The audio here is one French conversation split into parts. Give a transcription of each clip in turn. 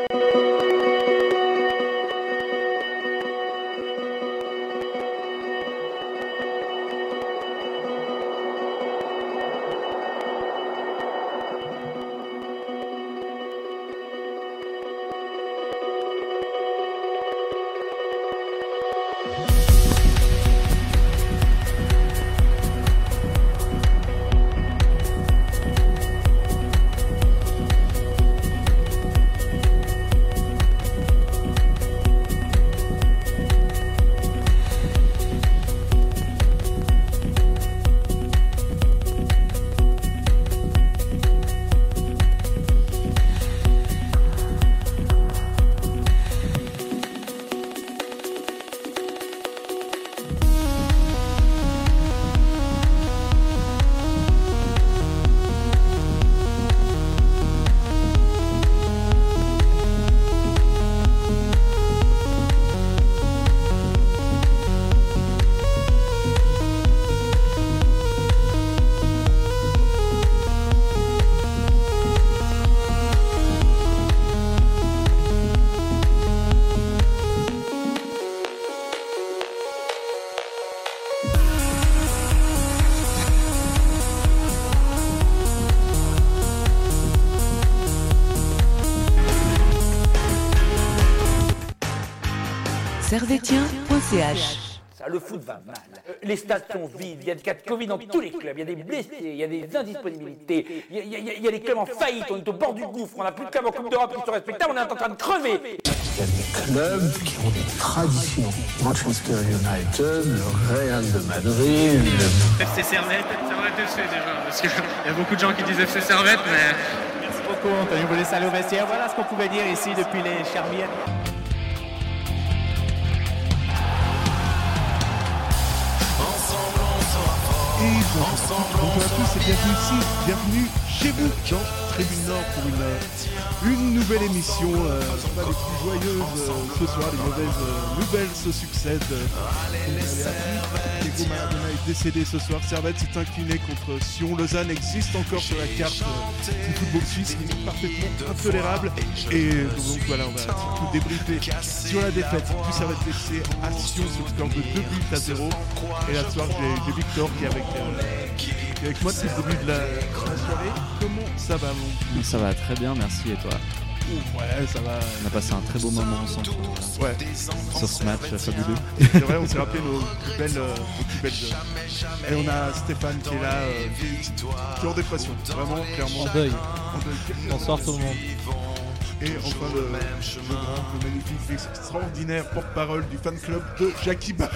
servetien.ch. Le foot va mal. Les stades sont vides, il y a des cas de Covid dans tous les clubs, il y a des blessés, il y a des indisponibilités, il y a des clubs en faillite, on est au bord du gouffre, on n'a plus de clubs en Coupe d'Europe qui sont respectables, on est en train de crever. Il y a des clubs qui ont des traditions. Manchester United, le Real de Madrid, FC Servette FC déjà, parce qu'il y a beaucoup de gens qui disent FC Servette, mais... Merci beaucoup Anthony, vous laissez aller au vestiaire. Voilà ce qu'on pouvait dire ici depuis les Charmières. Et bonjour à tous et bienvenue chez vous dans Tribune Nord pour une nouvelle émission, pas les plus joyeuses ce soir, les mauvaises nouvelles se succèdent. Diego Maradona est décédé ce soir, Servette s'est incliné contre Sion, Lausanne existe encore sur la carte du football suisse, il est parfaitement intolérable et donc voilà, on va surtout débriefer sur la défaite du Servette FC à Sion sur le score de 2-0 et là ce soir j'ai Victor qui est avec moi depuis le début de la soirée. Comment ça va mon? Ça va très bien, merci, et toi? Ouais, ça va. On a passé un très beau moment ensemble sur ce match fabuleux. C'est vrai, on s'est rappelé nos plus belles heures. Et on a Stéphane qui est là, qui est en dépression, vraiment, clairement. En deuil. Bonsoir tout le monde. Et enfin le magnifique, extraordinaire porte-parole du fan club de Jackie Barry.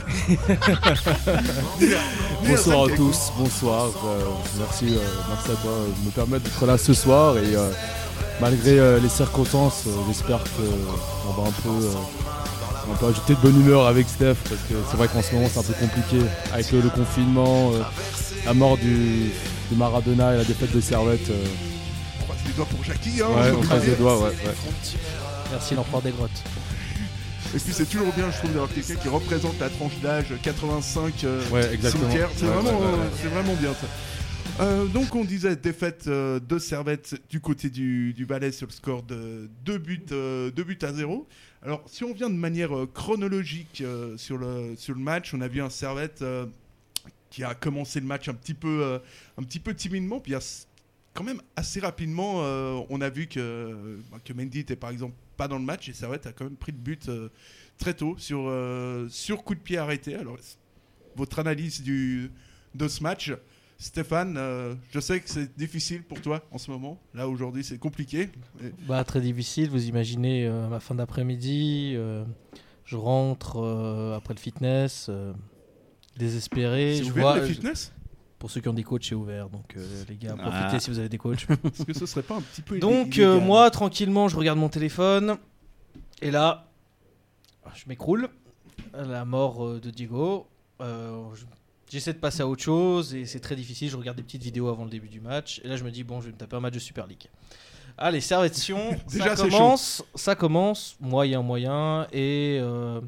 Bonsoir à tous, bonsoir. Merci à toi de me permettre d'être là ce soir et malgré les circonstances, j'espère qu'on va un peu ajouter de bonne humeur avec Steph parce que c'est vrai qu'en ce moment c'est un peu compliqué avec le confinement, la mort du Maradona et la défaite de Servette. Les doigts pour Jackie, hein. Ouais, on croise les doigts, ouais. Merci l'empereur des grottes. Et puis c'est toujours bien, je trouve, d'avoir quelqu'un qui représente la tranche d'âge 85 cimetière. C'est vraiment bien ça. Donc on disait défaite de Servette du côté du Valais sur le score de 2 buts à 0. Alors si on vient de manière chronologique sur le match, on a vu un Servette qui a commencé le match un petit peu timidement, puis quand même assez rapidement, on a vu que Mendy était par exemple pas dans le match et Servette a quand même pris le but très tôt sur coup de pied arrêté. Alors, votre analyse de ce match, Stéphane, je sais que c'est difficile pour toi en ce moment. Là aujourd'hui, c'est compliqué. Très difficile. Vous imaginez ma fin d'après-midi, je rentre après le fitness, désespéré. C'est ouvert le fitness ? Pour ceux qui ont des coachs, c'est ouvert, donc les gars, profitez si vous avez des coachs. Est-ce que ce serait pas un petit peu donc moi, tranquillement, je regarde mon téléphone, et là, je m'écroule. La mort de Diego. J'essaie de passer à autre chose, et c'est très difficile. Je regarde des petites vidéos avant le début du match, et là, je me dis, bon, je vais me taper un match de Super League. Allez, Servette-Sion, ça commence, moyen, et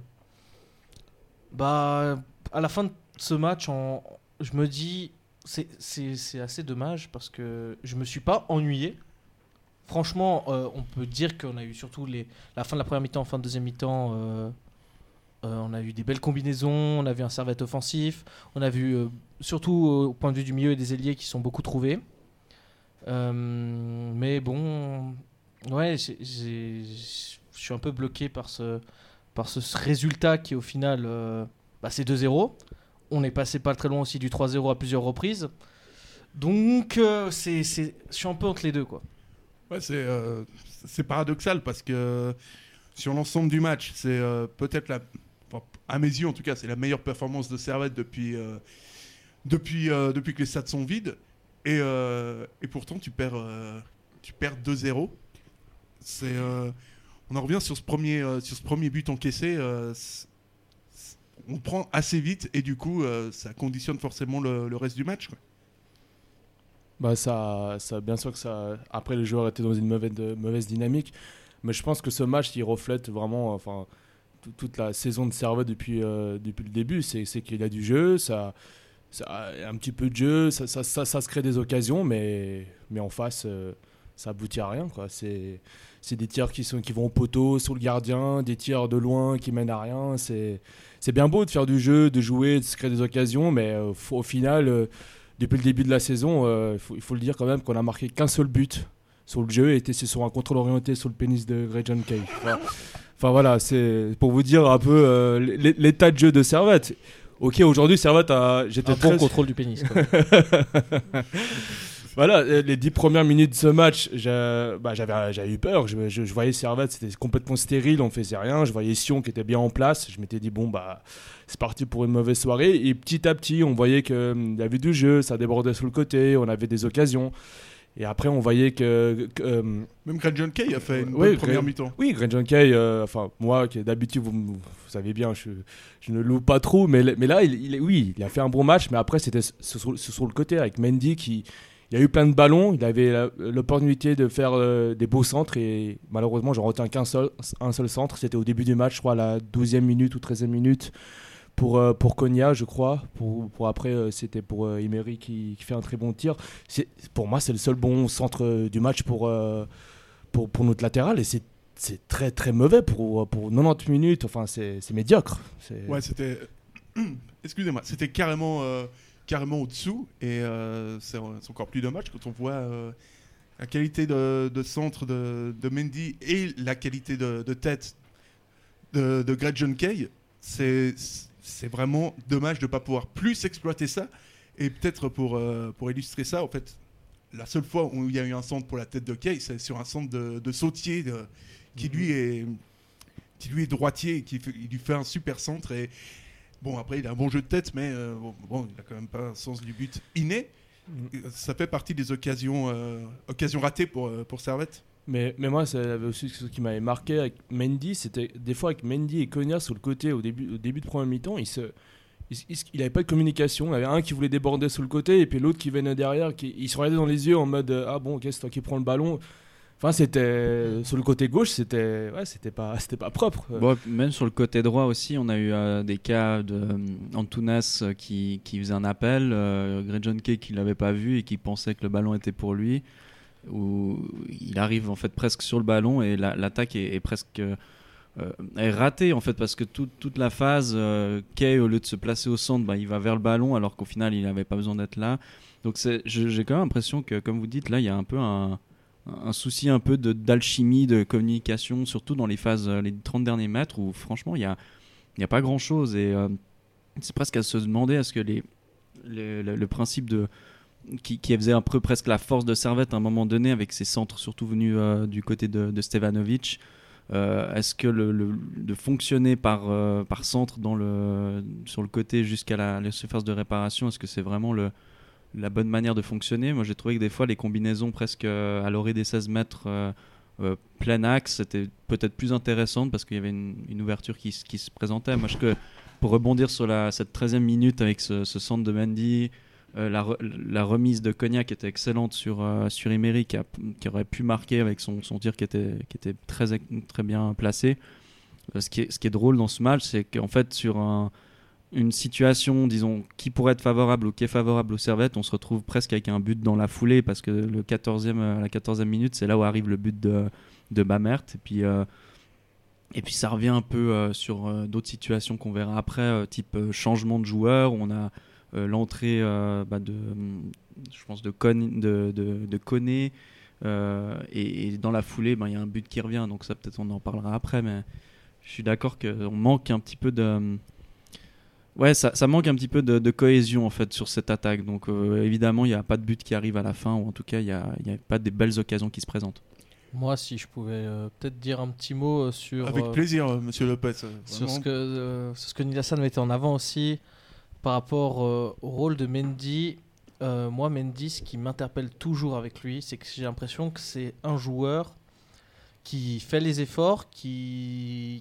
à la fin de ce match, je me dis... C'est assez dommage parce que je me suis pas ennuyé. franchement, on peut dire qu'on a eu surtout la fin de la première mi-temps, fin de deuxième mi-temps. On a eu des belles combinaisons, on a vu un Servette offensif, on a vu surtout au point de vue du milieu et des ailiers qui sont beaucoup trouvés. Mais bon, ouais, je suis un peu bloqué par ce résultat qui au final, c'est 2-0. On est passé pas très loin aussi du 3-0 à plusieurs reprises. Donc je suis un peu entre les deux, quoi. Ouais, c'est paradoxal parce que sur l'ensemble du match, c'est peut-être à mes yeux en tout cas, c'est la meilleure performance de Servette depuis que les stades sont vides. Et pourtant, tu perds 2-0. On en revient sur ce premier but encaissé. On prend assez vite et du coup, ça conditionne forcément le reste du match, quoi. Ça, bien sûr que ça. Après, les joueurs étaient dans une mauvaise dynamique, mais je pense que ce match, il reflète vraiment, toute la saison de Servette depuis le début. C'est qu'il y a du jeu, ça un petit peu de jeu, ça se crée des occasions, mais en face, ça aboutit à rien, quoi. C'est des tirs qui vont au poteau, sur le gardien, des tirs de loin qui mènent à rien. C'est bien beau de faire du jeu, de jouer, de se créer des occasions, mais au final, depuis le début de la saison, il faut le dire quand même qu'on a marqué qu'un seul but sur le jeu, et c'est sur un contrôle orienté sur le pénis de Greg John Kay. Enfin voilà, c'est pour vous dire un peu l'état de jeu de Servette. Ok, aujourd'hui Servette j'étais un bon contrôle du pénis, quoi. Voilà, les 10 premières minutes de ce match, j'avais eu peur. Je voyais Servette, c'était complètement stérile, on faisait rien. Je voyais Sion qui était bien en place. Je m'étais dit, c'est parti pour une mauvaise soirée. Et petit à petit, on voyait qu'il y avait du jeu, ça débordait sur le côté, on avait des occasions. Et après, on voyait que même Greg John Kay a fait une bonne première mi-temps. Oui, Greg John Kay, moi, qui d'habitude, vous savez bien, je ne loue pas trop. Mais là, il a fait un bon match. Mais après, c'était sur le côté avec Mendy il a eu plein de ballons, il avait l'opportunité de faire des beaux centres, et malheureusement j'en retiens un seul centre, c'était au début du match, je crois à la 12e minute ou 13e minute pour Konya, je crois, pour après c'était pour Emery qui fait un très bon tir. Pour moi c'est le seul bon centre du match pour notre latéral, et c'est très très mauvais pour 90 minutes, enfin c'est médiocre. Ouais, c'était excusez-moi, c'était carrément au-dessous, et c'est encore plus dommage quand on voit la qualité de centre de Mendy et la qualité de tête de Greg John Kay. C'est vraiment dommage de ne pas pouvoir plus exploiter ça. Et peut-être pour illustrer ça, en fait, la seule fois où il y a eu un centre pour la tête de Kay, c'est sur un centre de Sautier qui lui est droitier, il lui fait un super centre. Et bon, après, il a un bon jeu de tête, mais il n'a quand même pas un sens du but inné. Ça fait partie des occasions ratées pour Servette. Mais moi, ça avait aussi ce qui m'avait marqué avec Mendy, c'était des fois avec Mendy et Konya sur le côté au début de première mi-temps, il n'avait pas de communication. Il y avait un qui voulait déborder sur le côté, et puis l'autre qui venait derrière, ils se regardaient dans les yeux en mode ah bon, ok, c'est toi qui prends le ballon. Enfin, c'était sur le côté gauche, c'était pas propre. Bon, même sur le côté droit aussi, on a eu des cas de Antunes qui faisait un appel, Greg John Kay qui l'avait pas vu et qui pensait que le ballon était pour lui, où il arrive en fait presque sur le ballon, et l'attaque est presque est ratée en fait, parce que toute la phase, Kay, au lieu de se placer au centre, il va vers le ballon alors qu'au final il n'avait pas besoin d'être là. Donc j'ai quand même l'impression que, comme vous dites, là il y a un peu un souci un peu d'alchimie, de communication, surtout dans les 30 derniers mètres, où franchement il y a pas grand chose, et c'est presque à se demander est-ce que le principe qui faisait un peu presque la force de Servette à un moment donné, avec ses centres surtout venus du côté de Stevanovic, est-ce que de fonctionner par centre sur le côté jusqu'à la surface de réparation, est-ce que c'est vraiment la bonne manière de fonctionner? Moi j'ai trouvé que des fois les combinaisons presque à l'orée des 16 mètres plein axe, c'était peut-être plus intéressante parce qu'il y avait une ouverture qui se présentait. Moi pour rebondir sur cette 13e minute avec ce centre de Mendy, la remise de Konya qui était excellente sur Emery, qui aurait pu marquer avec son tir qui était très, très bien placé. Ce qui est drôle dans ce match, c'est qu'en fait sur une situation, disons, qui pourrait être favorable ou qui est favorable aux Servette, on se retrouve presque avec un but dans la foulée parce que la 14e minute, c'est là où arrive le but de Bamert. Et puis ça revient un peu sur d'autres situations qu'on verra après, type changement de joueur, où on a l'entrée je pense de Koné, et dans la foulée, il y a un but qui revient, donc ça peut-être on en parlera après, mais je suis d'accord qu'on manque un petit peu de... Ouais, ça manque un petit peu de cohésion en fait sur cette attaque. Donc évidemment, il n'y a pas de but qui arrive à la fin, ou en tout cas, il n'y a pas des belles occasions qui se présentent. Moi, si je pouvais peut-être dire un petit mot sur... Avec plaisir, Monsieur Lopez. Sur ce que Nilassan mettait en avant aussi, par rapport au rôle de Mendy. Moi, Mendy, ce qui m'interpelle toujours avec lui, c'est que j'ai l'impression que c'est un joueur qui fait les efforts, qui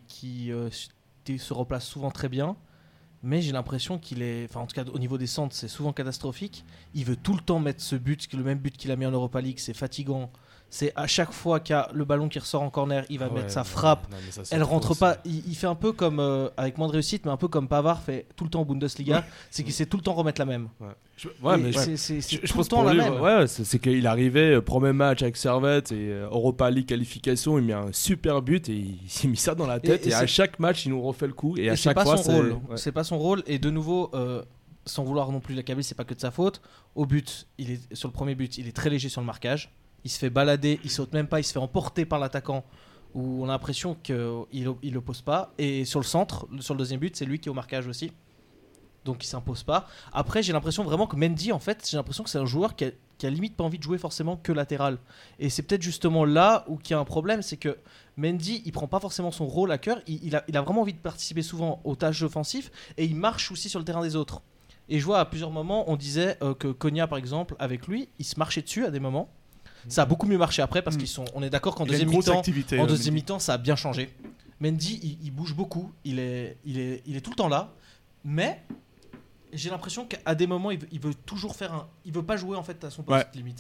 se replace souvent très bien, mais j'ai l'impression qu'il est, enfin en tout cas au niveau des centres, c'est souvent catastrophique. Il veut tout le temps mettre ce but, le même but qu'il a mis en Europa League, c'est fatigant. C'est à chaque fois qu'il y a le ballon qui ressort en corner, il va mettre sa frappe. Non, ça, elle rentre pas. Il fait un peu comme, avec moins de réussite, mais un peu comme Pavard fait tout le temps en Bundesliga. C'est qu'il sait tout le temps remettre la même. C'est tout le temps la même. Ouais, c'est qu'il arrivait, premier match avec Servette et Europa League qualification, il met un super but et il s'est mis ça dans la tête. Et à chaque match, il nous refait le coup. Et à chaque fois, c'est pas son rôle. Et de nouveau, sans vouloir non plus l'accabler, c'est pas que de sa faute. Au but, sur le premier but, il est très léger sur le marquage. Il se fait balader, il saute même pas, il se fait emporter par l'attaquant où on a l'impression qu'il le pose pas. Et sur le centre, sur le deuxième but, c'est lui qui est au marquage aussi. Donc il s'impose pas. Après, j'ai l'impression vraiment que Mendy, en fait, j'ai l'impression que c'est un joueur qui a limite pas envie de jouer forcément que latéral. Et c'est peut-être justement là où il y a un problème, c'est que Mendy, il prend pas forcément son rôle à cœur. Il a vraiment envie de participer souvent aux tâches offensives et il marche aussi sur le terrain des autres. Et je vois à plusieurs moments, on disait que Konya, par exemple, avec lui, il se marchait dessus à des moments. Ça a beaucoup mieux marché après parce on est d'accord qu'en deuxième mi-temps, ça a bien changé. Mendy, il bouge beaucoup, il est tout le temps là, mais j'ai l'impression qu'à des moments, il veut toujours il veut pas jouer en fait à son poste limite.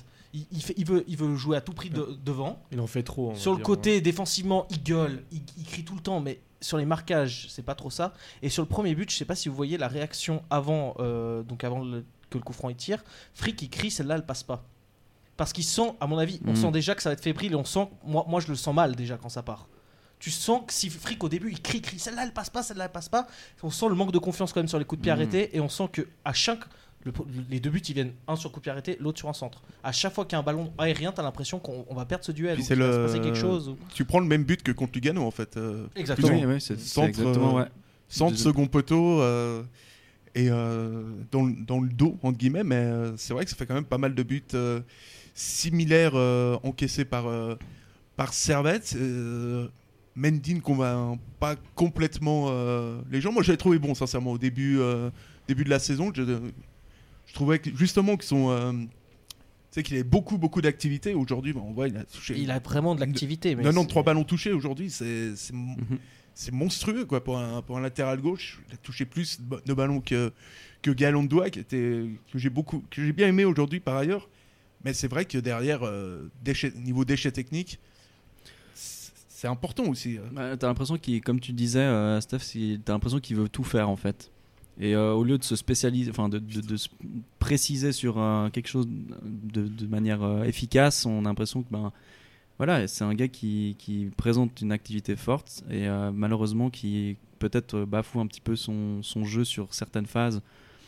Il veut jouer à tout prix devant. Il en fait trop. Sur le côté défensivement, il gueule, il crie tout le temps, mais sur les marquages, c'est pas trop ça. Et sur le premier but, je sais pas si vous voyez la réaction avant que le coup franc il tire. Frick il crie, celle-là elle passe pas. Parce qu'il sent, à mon avis, on sent déjà que ça va être fébrile et on sent, moi je le sens mal déjà quand ça part. Tu sens que si Frick au début il crie, celle-là elle passe pas, on sent le manque de confiance quand même sur les coups de pied arrêtés et on sent que à les deux buts ils viennent, un sur coup de pied arrêté, l'autre sur un centre. À chaque fois qu'il y a un ballon aérien, t'as l'impression qu'on va perdre ce duel, ou qu'il va se passer quelque chose. Tu prends le même but que contre Lugano en fait. Exactement. Oui, c'est exactement, centre, second poteau. Et dans le dos entre guillemets, mais c'est vrai que ça fait quand même pas mal de buts similaires encaissés par Servette. Mendy ne convainc pas complètement les gens. Moi je l'ai trouvé bon sincèrement au début de la saison. Je trouvais que, justement qu'ils sont qu'il avait beaucoup d'activité. Aujourd'hui on voit il a vraiment de l'activité, mais 3 ballons touchés aujourd'hui, c'est monstrueux quoi pour un latéral gauche. Il a touché plus de ballons que Galandois que j'ai bien aimé aujourd'hui par ailleurs. Mais c'est vrai que derrière, niveau déchets techniques, c'est important aussi. T'as l'impression comme tu disais, Steph, t'as l'impression qu'il veut tout faire en fait. Et au lieu de se spécialiser, enfin de se préciser sur quelque chose de manière efficace, on a l'impression que voilà, c'est un gars qui présente une activité forte et malheureusement qui peut-être bafoue un petit peu son jeu sur certaines phases.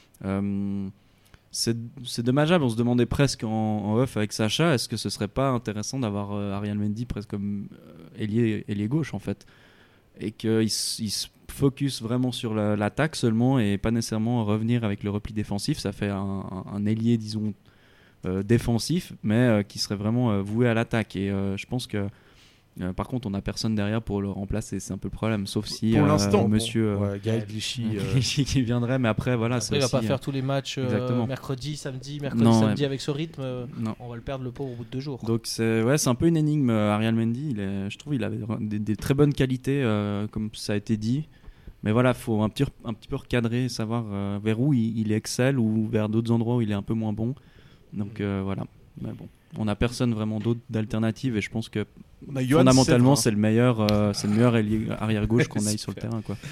C'est dommageable, on se demandait presque en off avec Sacha, est-ce que ce serait pas intéressant d'avoir Ariel Mendy presque comme ailier gauche en fait, et qu'il se focus vraiment sur l'attaque seulement et pas nécessairement revenir avec le repli défensif. Ça fait un ailier disons défensif mais qui serait vraiment voué à l'attaque, et je pense que par contre on n'a personne derrière pour le remplacer, c'est un peu le problème, sauf si pour l'instant monsieur Gaël Clichy qui viendrait, mais après voilà, il va pas faire tous les matchs mercredi samedi avec ce rythme. On va le perdre le pauvre au bout de 2 jours. Donc c'est un peu une énigme. Ariel Mendy, je trouve il avait des très bonnes qualités comme ça a été dit, mais voilà, faut un petit peu recadrer, savoir vers où il excelle ou vers d'autres endroits où il est un peu moins bon. Donc voilà, mais bon, on n'a personne vraiment d'autre d'alternative, et je pense que fondamentalement c'est le meilleur arrière gauche qu'on aille sur le terrain quoi.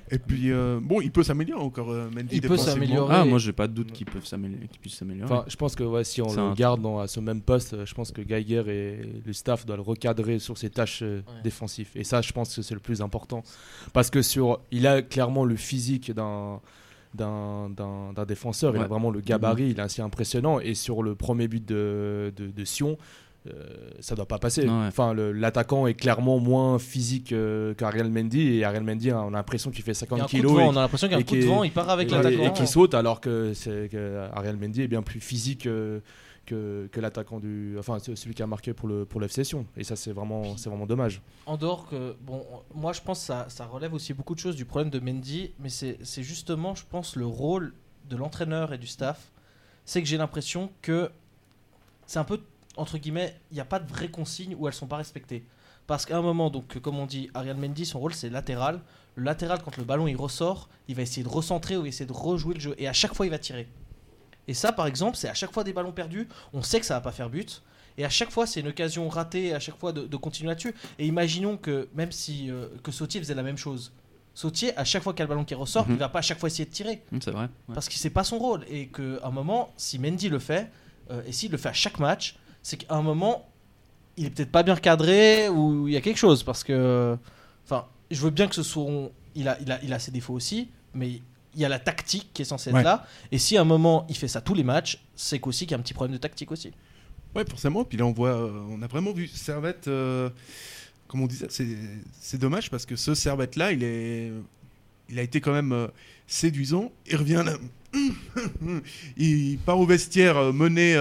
Et puis, il peut s'améliorer encore, Mendy. Il peut s'améliorer. Ah, moi, j'ai pas de doute qu'il puisse s'améliorer. Enfin, je pense que si on le garde à ce même poste, je pense que Geiger et le staff doivent le recadrer sur ses tâches défensives. Et ça, je pense que c'est le plus important. Parce que il a clairement le physique d'un défenseur. Il a vraiment le gabarit. Il est assez impressionnant. Et sur le premier but de Sion, ça doit pas passer. Enfin, l'attaquant est clairement moins physique qu'Ariel Mendy, et Ariel Mendy, on a l'impression qu'il fait 50 kilos. On a l'impression qu'il y a un coup de vent, il part avec l'attaquant et qui saute, alors que Ariel Mendy est bien plus physique que l'attaquant celui qui a marqué pour le FC Sion. Et ça, c'est vraiment dommage. En dehors que moi je pense que ça relève aussi beaucoup de choses du problème de Mendy, mais c'est justement, je pense, le rôle de l'entraîneur et du staff. C'est que j'ai l'impression que c'est un peu, entre guillemets, il n'y a pas de vraies consignes où elles ne sont pas respectées. Parce qu'à un moment, donc, comme on dit, Ariel Mendy, son rôle c'est latéral. Le latéral, quand le ballon il ressort, il va essayer de recentrer ou essayer de rejouer le jeu. Et à chaque fois, il va tirer. Et ça, par exemple, c'est à chaque fois des ballons perdus. On sait que ça ne va pas faire but. Et à chaque fois, c'est une occasion ratée, à chaque fois de continuer là-dessus. Et imaginons que, même si que Sautier faisait la même chose. Sautier, à chaque fois qu'il y a le ballon qui ressort, il ne va pas à chaque fois essayer de tirer. C'est vrai. Ouais. Parce que c'est pas son rôle. Et qu'à un moment, si Mendy le fait, et s'il le fait à chaque match, c'est qu'à un moment, il est peut-être pas bien recadré ou il y a quelque chose. Parce que, je veux bien que ce soit, il a ses défauts aussi, mais il y a la tactique qui est censée être là. Et si à un moment il fait ça tous les matchs, c'est qu'aussi qu'il y a un petit problème de tactique aussi. Ouais, forcément. Puis là, on a vraiment vu Servette. Comme on disait, c'est dommage parce que ce Servette-là, il a été quand même séduisant. Il revient là. Il part au vestiaire mené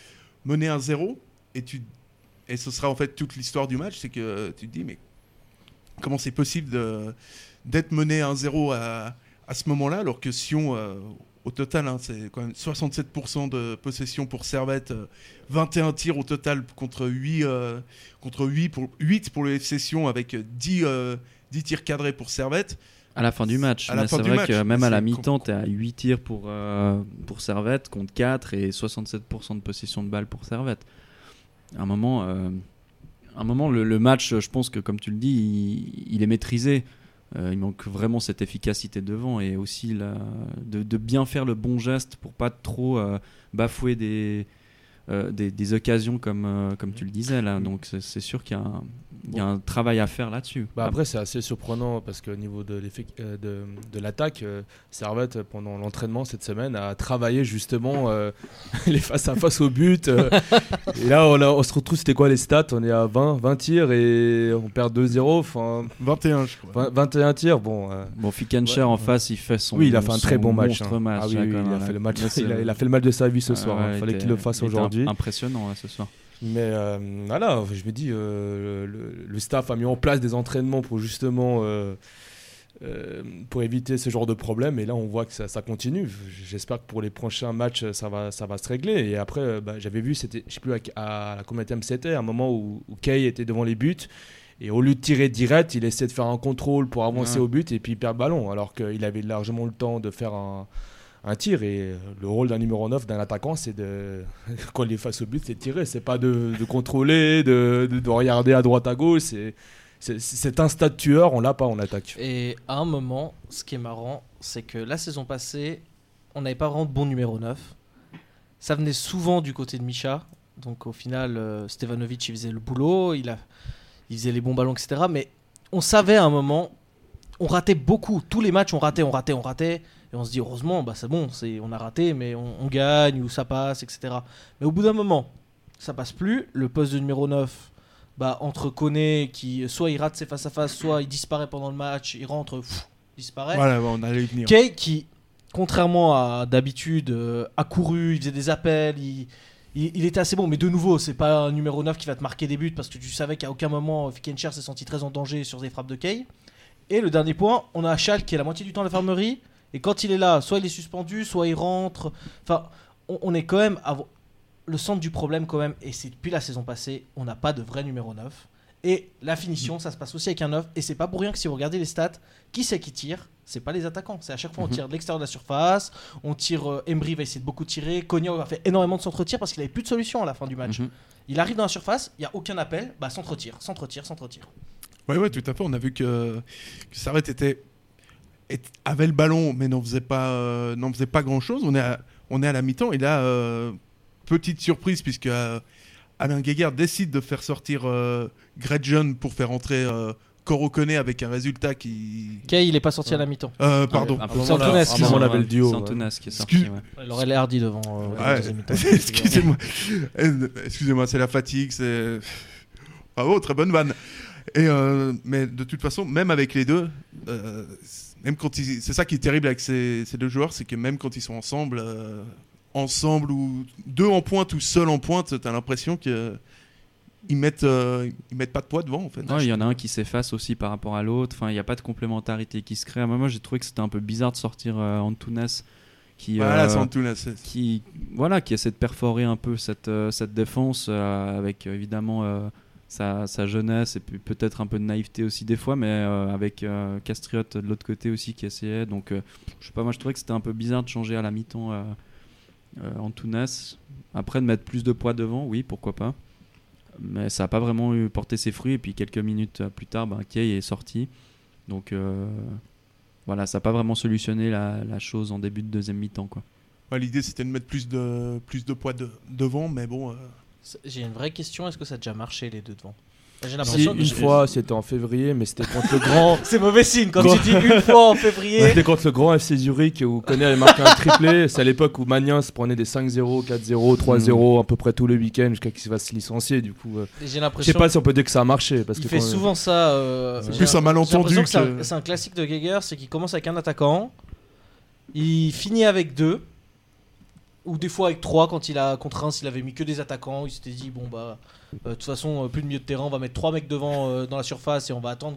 1-0 et ce sera en fait toute l'histoire du match. C'est que tu te dis, mais comment c'est possible d'être mené 1-0 à ce moment-là, alors que Sion, au total, c'est quand même 67% de possession pour Servette, 21 tirs au total contre 8 pour le FC Sion, avec 10 tirs cadrés pour Servette. À la fin du match. C'est vrai que même à la mi-temps, tu es à 8 tirs pour Servette contre 4 et 67% de possession de balle pour Servette. À un moment, le match, je pense que, comme tu le dis, il est maîtrisé. Il manque vraiment cette efficacité devant et aussi de bien faire le bon geste pour pas trop bafouer des occasions comme tu le disais là. Donc c'est sûr qu'il y a un travail à faire là-dessus. Après, c'est assez surprenant parce qu'au niveau de l'attaque, Servette, pendant l'entraînement cette semaine, a travaillé justement les face-à-face au but. Et là, on se retrouve, c'était quoi les stats ? On est à 20 tirs et on perd 2-0. 21, je crois. 21 tirs, bon. Fickencher en face, il fait son. Oui, il a fait un très bon match. Match. Ah oui, il a fait le match. Il a fait le match de sa vie ce soir. Il fallait qu'il le fasse aujourd'hui. Impressionnant ce soir. Mais voilà, je me dis, le staff a mis en place des entraînements pour justement pour éviter ce genre de problème. Et là, on voit que ça continue. J'espère que pour les prochains matchs, ça va se régler. Et après, j'avais vu, je ne sais plus à combien de temps c'était, un moment où Kay était devant les buts. Et au lieu de tirer direct, il essaie de faire un contrôle pour avancer au but et puis il perd le ballon. Alors qu'il avait largement le temps de faire un tir. Et le rôle d'un numéro 9, d'un attaquant, c'est quand il est face au but, c'est de tirer. C'est pas de contrôler, de regarder à droite à gauche. C'est un stade tueur, on l'a pas en attaque. Et à un moment, ce qui est marrant, c'est que la saison passée, on n'avait pas vraiment de bon numéro 9. Ça venait souvent du côté de Micha. Donc au final, Stevanovic, il faisait le boulot, il faisait les bons ballons, etc. Mais on savait à un moment, on ratait beaucoup. Tous les matchs, on ratait. Et on se dit, heureusement, c'est bon, on a raté, mais on gagne ou ça passe, etc. Mais au bout d'un moment, ça passe plus. Le poste de numéro 9, entre Koné, qui soit il rate ses face-à-face, soit il disparaît pendant le match, il rentre, disparaît. Voilà, on allait y venir. Kay, qui, contrairement à d'habitude, a couru, il faisait des appels, il était assez bon, mais de nouveau, c'est pas un numéro 9 qui va te marquer des buts parce que tu savais qu'à aucun moment Fickencher s'est senti très en danger sur des frappes de Kay. Et le dernier point, on a Schalke qui est la moitié du temps à l'infirmerie, et quand il est là, soit il est suspendu, soit il rentre. Enfin, on est quand même le centre du problème quand même, et c'est depuis la saison passée, on n'a pas de vrai numéro 9. Et la finition, ça se passe aussi avec un 9, et c'est pas pour rien que si vous regardez les stats, qui c'est qui tire ? C'est pas les attaquants, c'est à chaque fois on tire de l'extérieur de la surface, on tire, Embry va essayer de beaucoup tirer, Cognac a fait énormément de centre-tir parce qu'il avait plus de solution à la fin du match. Il arrive dans la surface, il n'y a aucun appel, centre-tir. Ouais, tout à fait, on a vu que Servette était avait le ballon, mais n'en faisait pas grand-chose. On est à la mi-temps, et là, petite surprise, puisque Alain Guéguerre décide de faire sortir Gretjon pour faire entrer Koro Koné avec un résultat qui... Kay, il est pas sorti à la mi-temps. Pardon. C'est Antunes. À un moment, on avait le duo. C'est Antunes qui est sorti. Il aurait l'air hardi devant la deuxième mi-temps. Excusez-moi, c'est la fatigue, c'est... Bravo, très bonne vanne. Mais de toute façon, même avec les deux, même quand c'est ça qui est terrible avec ces deux joueurs, c'est que même quand ils sont ensemble ou deux en pointe ou seul en pointe, t'as l'impression que ils mettent pas de poids devant, en fait. Il y en a un qui s'efface aussi par rapport à l'autre. Enfin, il n'y a pas de complémentarité qui se crée. Moi, j'ai trouvé que c'était un peu bizarre de sortir Antunes qui essaie de perforer un peu cette défense avec évidemment sa jeunesse et puis peut-être un peu de naïveté aussi des fois, mais avec Castriote de l'autre côté aussi qui essayait. Donc, je sais pas, moi je trouvais que c'était un peu bizarre de changer à la mi-temps Antunes. Après, de mettre plus de poids devant, oui, pourquoi pas. Mais ça n'a pas vraiment porté ses fruits. Et puis quelques minutes plus tard, Kay est sorti. Donc voilà, ça n'a pas vraiment solutionné la chose en début de deuxième mi-temps, quoi. L'idée c'était de mettre plus de poids devant, mais bon... J'ai une vraie question, est-ce que ça a déjà marché les deux devant? J'ai l'impression une fois, c'était en février, mais c'était contre le grand... C'est mauvais signe quand tu dis une fois en février. C'était contre le grand FC Zurich où Koné avait marqué un triplé. C'est à l'époque où Magnin se prenait des 5-0, 4-0, 3-0 à peu près tous les week-ends jusqu'à qu'il va se licencier. Du coup, j'ai l'impression... je sais pas si on peut dire que ça a marché. Parce il que fait souvent ça. C'est plus un malentendu. J'ai l'impression que c'est un classique de Geiger, c'est qu'il commence avec un attaquant, il finit avec 2. Ou des fois avec 3 quand il a contre Reims, il avait mis que des attaquants. Il s'était dit, de toute façon, plus de milieu de terrain, on va mettre 3 mecs devant dans la surface et on va attendre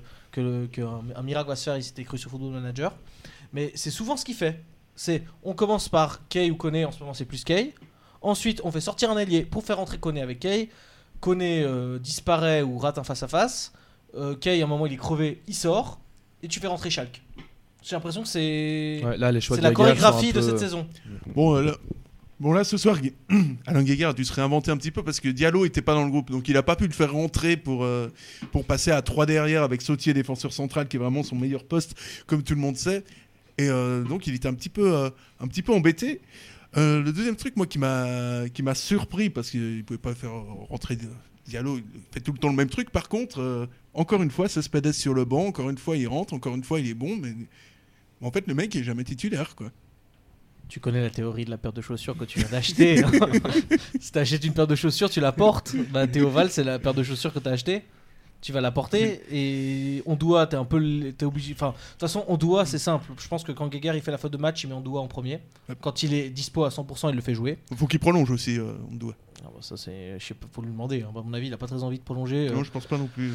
qu'un miracle va se faire. Il s'était cru sur Football Manager. Mais c'est souvent ce qu'il fait. On commence par Kay ou Koné, en ce moment c'est plus Kay. Ensuite, on fait sortir un ailier pour faire rentrer Koné avec Kay. Koné disparaît ou rate un face-à-face. Kay, à un moment, il est crevé, il sort. Et tu fais rentrer Schalke. J'ai l'impression que c'est la chorégraphie de cette saison. Bon, là, ce soir, Alain Guéguerre a dû se réinventer un petit peu parce que Diallo n'était pas dans le groupe. Donc, il n'a pas pu le faire rentrer pour passer à 3 derrière avec Sautier, défenseur central, qui est vraiment son meilleur poste, comme tout le monde sait. Et donc, il était un petit peu embêté. Le deuxième truc, moi, qui m'a surpris parce qu'il ne pouvait pas faire rentrer Diallo, il fait tout le temps le même truc. Par contre, encore une fois, Cespedes sur le banc. Encore une fois, il rentre. Encore une fois, il est bon. Mais en fait, le mec il est jamais titulaire, quoi. Tu connais la théorie de la paire de chaussures que tu viens d'acheter. Si tu achètes une paire de chaussures, tu la portes. Théo Val, c'est la paire de chaussures que tu as achetée. Tu vas la porter et Ondoa, t'es obligé. Enfin, de toute façon, Ondoa, c'est simple. Je pense que quand Geiger il fait la faute de match, il met Ondoa en premier. Quand il est dispo à 100%, il le fait jouer. Faut qu'il prolonge aussi, Ondoa. Ça, je sais pas, faut lui demander. À mon avis, il a pas très envie de prolonger. Non, je pense pas non plus.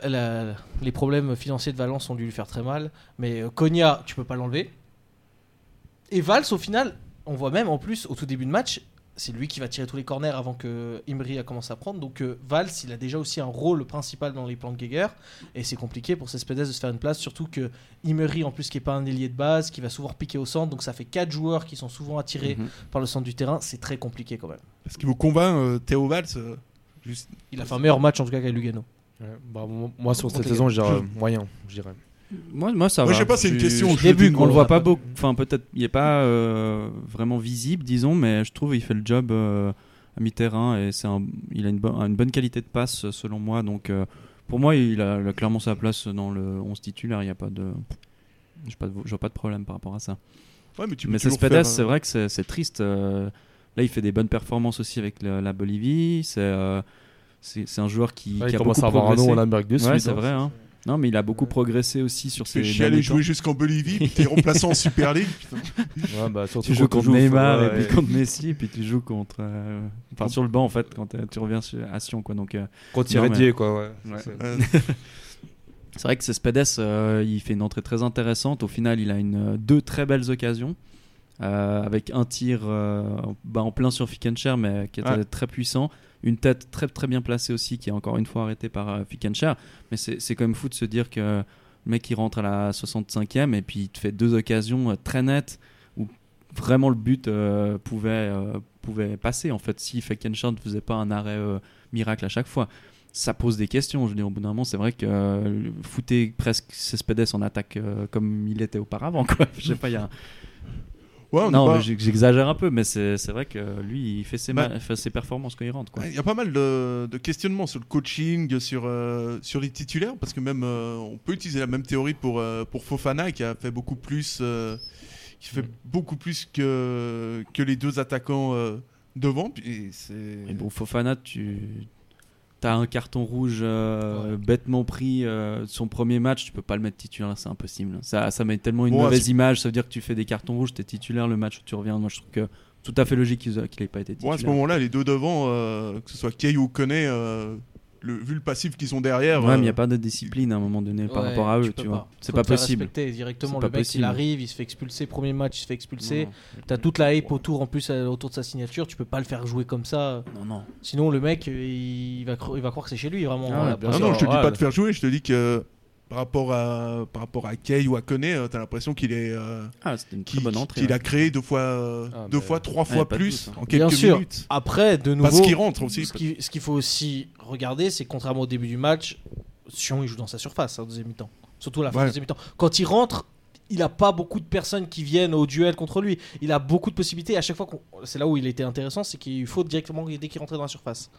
Les problèmes financiers de Valence ont dû lui faire très mal. Mais Konya, tu peux pas l'enlever. Et Valls, au final, on voit même en plus au tout début de match, c'est lui qui va tirer tous les corners avant que Imri a commencé à prendre. Donc Valls, il a déjà aussi un rôle principal dans les plans de Geiger. Et c'est compliqué pour Cespedes de se faire une place. Surtout que Imri, en plus, qui n'est pas un ailier de base, qui va souvent repiquer au centre. Donc ça fait 4 joueurs qui sont souvent attirés par le centre du terrain. C'est très compliqué quand même. Est-ce qu'il vous convainc, Théo Valls Il a fait un meilleur match en tout cas qu'avec Lugano. Moi, sur cette saison, je dirais moyen, je dirais. Moi ça va. Je sais pas, c'est une question. Début, on le voit pas beaucoup. Enfin, peut-être, il est pas vraiment visible, disons, mais je trouve il fait le job à mi-terrain et il a une bonne qualité de passe selon moi. Donc, pour moi, il a clairement sa place dans le 11 titulaire. Il y a pas de, je vois pas de problème par rapport à ça. Ouais, mais Cespedes, c'est vrai que c'est triste. Là, il fait des bonnes performances aussi avec la Bolivie. C'est un joueur qui a beaucoup progressé. Il commence à avoir un nom en Amérique du Sud. Ouais, c'est vrai. Hein. Non, mais il a beaucoup progressé aussi sur ses. Je suis allé jouer jusqu'en Bolivie, puis t'es remplaçant en Super League. Tu joues contre Neymar et puis contre Messi, puis tu joues contre. Sur le banc en fait, quand tu reviens à Sion, quoi. Donc. Contre Thierry, quoi. Ouais. C'est vrai que Cespedes, il fait une entrée très intéressante. Au final, il a 2 très belles occasions. Avec un tir en plein sur Fickencher, mais qui était très puissant. Une tête très très bien placée aussi, qui est encore une fois arrêtée par Fickencher. Mais c'est quand même fou de se dire que le mec il rentre à la 65e et puis il te fait 2 occasions très nettes où vraiment le but pouvait passer en fait si Fickencher ne faisait pas un arrêt miracle à chaque fois. ça pose des questions. Je veux dire, au bout d'un moment, c'est vrai que foutez presque Cespedes en attaque comme il était auparavant, quoi. Je sais pas, il y a non, j'exagère un peu, mais c'est vrai que lui, il fait ses performances quand il rentre. Il y a pas mal de questionnements sur le coaching, sur les titulaires, parce que même on peut utiliser la même théorie pour Fofana, qui a fait beaucoup plus, beaucoup plus que les deux attaquants devant. Et bon, Fofana, t'as un carton rouge bêtement pris son premier match, tu peux pas le mettre titulaire, c'est impossible. Ça met tellement une mauvaise image, ça veut dire que tu fais des cartons rouges, t'es titulaire, le match où tu reviens. Moi je trouve que tout à fait logique qu'il ait pas été titulaire. À ce moment-là, les deux devant, que ce soit Kay ou Koné, vu le passif qu'ils sont derrière. Ouais, mais il n'y a pas de discipline à un moment donné par rapport à eux, tu vois. C'est pas possible. Respecter directement. Le mec, il arrive, il se fait expulser. Premier match, il se fait expulser. T'as toute la hype autour, en plus, autour de sa signature. Tu peux pas le faire jouer comme ça. Non. Sinon, le mec, il va croire que c'est chez lui, vraiment. Non, je te dis pas de faire jouer. Je te dis que par rapport à Kay ou à Koné, t'as l'impression qu'il est. C'était une très bonne entrée. Qu'il a créé trois fois plus en quelques minutes. Après, de nouveau. Parce qu'il rentre aussi. Ce qu'il faut aussi regarder, c'est contrairement au début du match, Sion il joue dans sa surface en deuxième mi-temps. Surtout à la fin de deuxième mi-temps. Quand il rentre, il n'a pas beaucoup de personnes qui viennent au duel contre lui. Il a beaucoup de possibilités. À chaque fois, c'est là où il était intéressant, c'est qu'il faut directement dès qu'il rentrait dans la surface.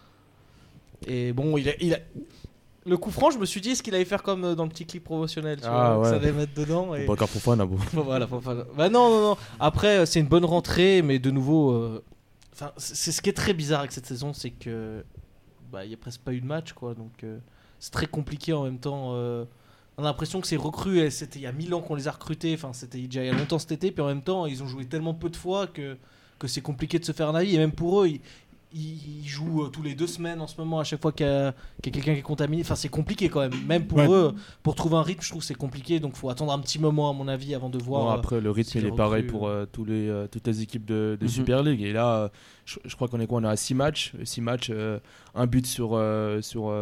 Et bon, il a... Le coup franc, je me suis dit, est-ce qu'il allait faire comme dans le petit clip promotionnel, ça allait mettre dedans. Et... Bon, encore Fofana, bon. Voilà, Fofana. Bah non. Après, c'est une bonne rentrée, mais de nouveau, c'est ce qui est très bizarre avec cette saison, c'est que il y a presque pas eu de match, quoi. Donc c'est très compliqué en même temps. On a l'impression que ces recrues, c'était il y a 1000 ans qu'on les a recrutés. Enfin, c'était déjà il y a longtemps cet été, puis en même temps, ils ont joué tellement peu de fois que c'est compliqué de se faire un avis. Et même pour eux, ils jouent tous les 2 semaines en ce moment, à chaque fois qu'il y a quelqu'un qui est contaminé. Enfin, c'est compliqué quand même. Même pour eux, pour trouver un rythme, je trouve que c'est compliqué. Donc, il faut attendre un petit moment, à mon avis, avant de voir. Après, le rythme, il est pareil pour toutes les équipes de Super League. Et là, je crois qu'on est quoi ? On est à 6 matchs. 6 matchs, un but sur un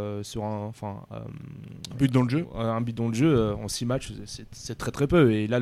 but dans le jeu. Un but dans le jeu en 6 matchs, c'est très très peu. Et là,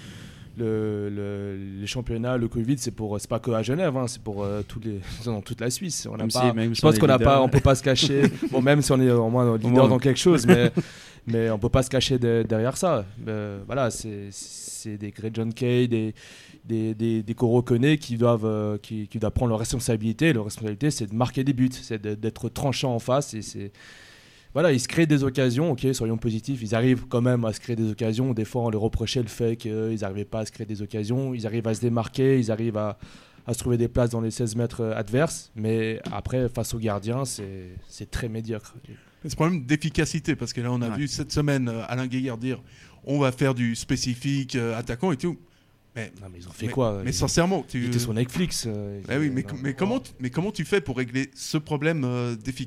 les championnats, le Covid, c'est pas que à Genève, c'est pour dans toute la Suisse. Je pense on peut pas se cacher. Bon, même si on est au moins leader dans quelque chose, mais on peut pas se cacher derrière ça. Voilà, c'est des Greg John Kay, des Koro Koné qui doivent prendre leurs responsabilités. Leur responsabilité, c'est de marquer des buts, c'est d'être tranchant en face. Et voilà, ils se créent des occasions, ok, soyons positifs, ils arrivent quand même à se créer des occasions. Des fois, on leur reprochait le fait qu'ils n'arrivaient pas à se créer des occasions. Ils arrivent à se démarquer, ils arrivent à se trouver des places dans les 16 mètres adverses. Mais après, face aux gardiens, c'est très médiocre. C'est un problème d'efficacité, parce que là, on a vu cette semaine Alain Guéguer dire on va faire du spécifique attaquant et tout. Mais ils ont fait quoi ? Mais sincèrement, ils étaient sur Netflix. Comment tu fais pour régler ce problème d'efficacité ?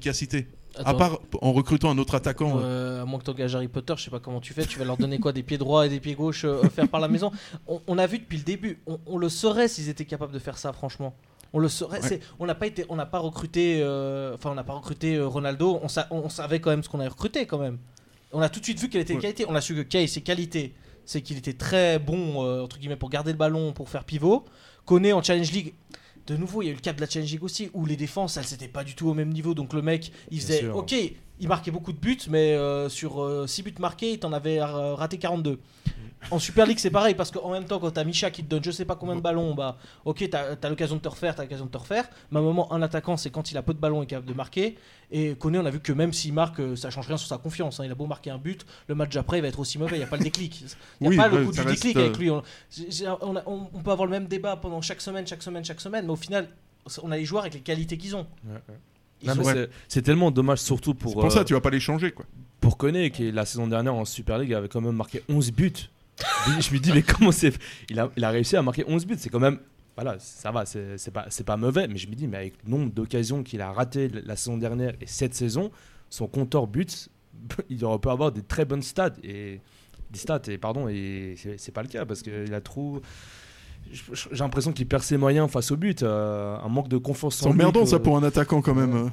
À part en recrutant un autre attaquant. À moins que tu engages Harry Potter, je sais pas comment tu fais. Tu vas leur donner quoi ? Des pieds droits et des pieds gauches offerts par la maison. On a vu depuis le début. On le saurait s'ils étaient capables de faire ça, franchement. On le saurait. Ouais. On n'a pas recruté Ronaldo. On savait quand même ce qu'on avait recruté quand même. On a tout de suite vu quelle était la qualité. On a su que Kay, ses qualités, c'est qu'il était très bon entre guillemets pour garder le ballon, pour faire pivot. Koné en Challenge League. De nouveau, il y a eu le cas de la Challenge League aussi, où les défenses, elles n'étaient pas du tout au même niveau. Donc le mec, il faisait... Ok, il marquait beaucoup de buts, mais sur 6 buts marqués, il t'en avait raté 42. En Super League, c'est pareil, parce qu'en même temps, quand t'as Misha qui te donne je sais pas combien de ballons, ok, t'as l'occasion de te refaire, Mais à un moment, un attaquant, c'est quand il a peu de ballons et est capable de marquer. Et Koné, on a vu que même s'il marque, ça change rien sur sa confiance. Il a beau marquer un but, le match d'après, il va être aussi mauvais. Il n'y a pas le déclic. Il n'y a pas le coup du déclic avec lui. On peut avoir le même débat pendant chaque semaine, mais au final, on a les joueurs avec les qualités qu'ils ont. C'est tellement dommage, surtout pour. C'est pour ça, tu vas pas les changer, quoi. Pour Koné, qui la saison dernière en Super League avait quand même marqué 11 buts. Je me dis, mais comment c'est. Il a réussi à marquer 11 buts, c'est quand même. Voilà, ça va, c'est pas mauvais, mais je me dis, mais avec le nombre d'occasions qu'il a raté la saison dernière et cette saison, son compteur buts, il peut avoir des très bonnes stats. Et c'est pas le cas, parce qu'il a trop. J'ai l'impression qu'il perd ses moyens face au but, un manque de confiance en lui. C'est emmerdant ça pour un attaquant quand même.